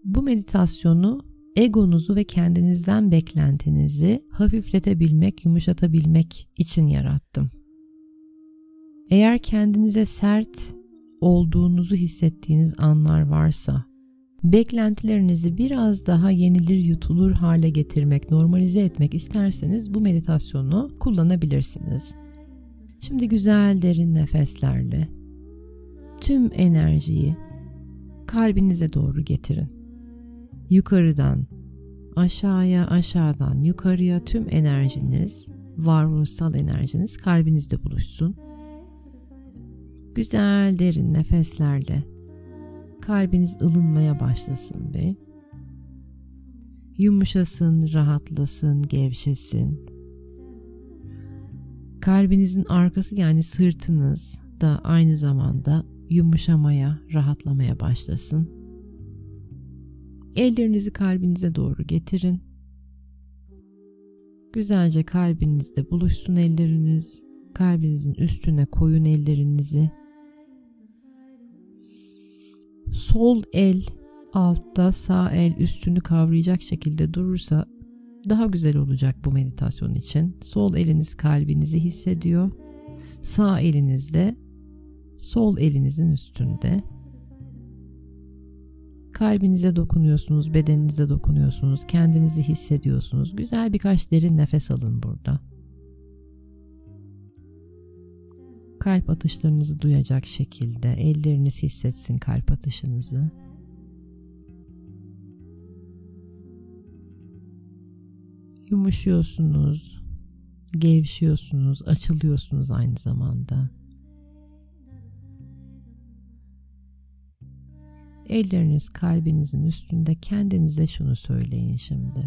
Bu meditasyonu egonuzu ve kendinizden beklentinizi hafifletebilmek, yumuşatabilmek için yarattım. Eğer kendinize sert olduğunuzu hissettiğiniz anlar varsa, beklentilerinizi biraz daha yenilir yutulur hale getirmek, normalize etmek isterseniz bu meditasyonu kullanabilirsiniz. Şimdi güzel derin nefeslerle tüm enerjiyi kalbinize doğru getirin. Yukarıdan aşağıya, aşağıdan yukarıya tüm enerjiniz, varoluşsal enerjiniz kalbinizde buluşsun. Güzel derin nefeslerle kalbiniz ılınmaya başlasın ve yumuşasın, rahatlasın, gevşesin. Kalbinizin arkası yani sırtınız da aynı zamanda yumuşamaya, rahatlamaya başlasın. Ellerinizi kalbinize doğru getirin. Güzelce kalbinizde buluşsun elleriniz. Kalbinizin üstüne koyun ellerinizi. Sol el altta, sağ el üstünü kavrayacak şekilde durursa daha güzel olacak bu meditasyon için. Sol eliniz kalbinizi hissediyor. Sağ eliniz de sol elinizin üstünde. Kalbinize dokunuyorsunuz, bedeninize dokunuyorsunuz, kendinizi hissediyorsunuz. Güzel birkaç derin nefes alın burada. Kalp atışlarınızı duyacak şekilde elleriniz hissetsin kalp atışınızı. Yumuşuyorsunuz, gevşiyorsunuz, açılıyorsunuz aynı zamanda. Elleriniz kalbinizin üstünde, kendinize şunu söyleyin şimdi.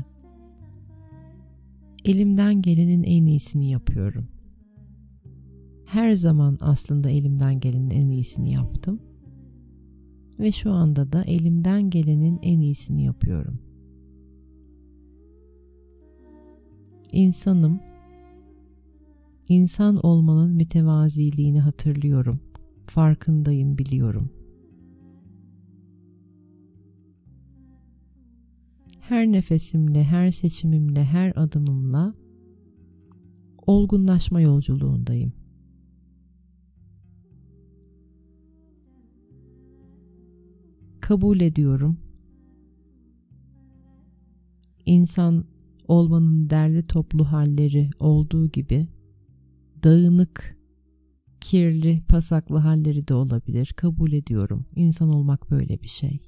Elimden gelenin en iyisini yapıyorum. Her zaman aslında elimden gelenin en iyisini yaptım. Ve şu anda da elimden gelenin en iyisini yapıyorum. İnsanım. İnsan olmanın mütevaziliğini hatırlıyorum. Farkındayım, biliyorum. Her nefesimle, her seçimimle, her adımımla olgunlaşma yolculuğundayım. Kabul ediyorum. İnsan olmanın derli toplu halleri olduğu gibi dağınık, kirli, pasaklı halleri de olabilir. Kabul ediyorum. İnsan olmak böyle bir şey.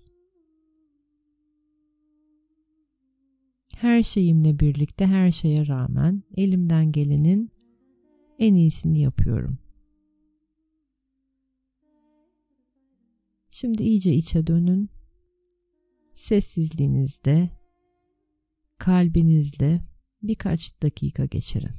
Her şeyimle birlikte, her şeye rağmen elimden gelenin en iyisini yapıyorum. Şimdi iyice içe dönün. Sessizliğinizde, kalbinizle birkaç dakika geçirin.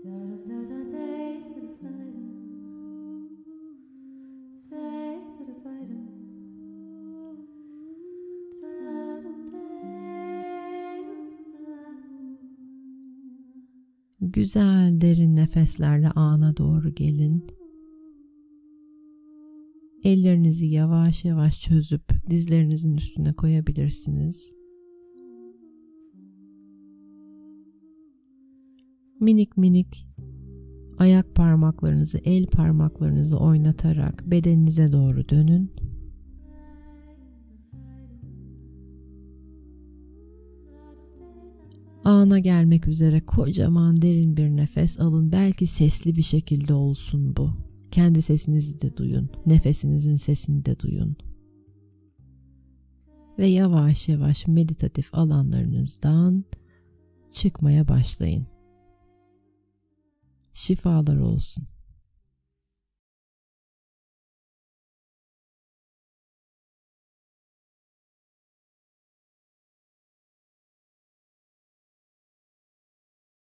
Güzel derin nefeslerle ana doğru gelin. Ellerinizi yavaş yavaş çözüp dizlerinizin üstüne koyabilirsiniz. Minik minik ayak parmaklarınızı, el parmaklarınızı oynatarak bedeninize doğru dönün. Ana gelmek üzere kocaman derin bir nefes alın. Belki sesli bir şekilde olsun bu. Kendi sesinizi de duyun. Nefesinizin sesini de duyun. Ve yavaş yavaş meditatif alanlarınızdan çıkmaya başlayın. Şifalar olsun.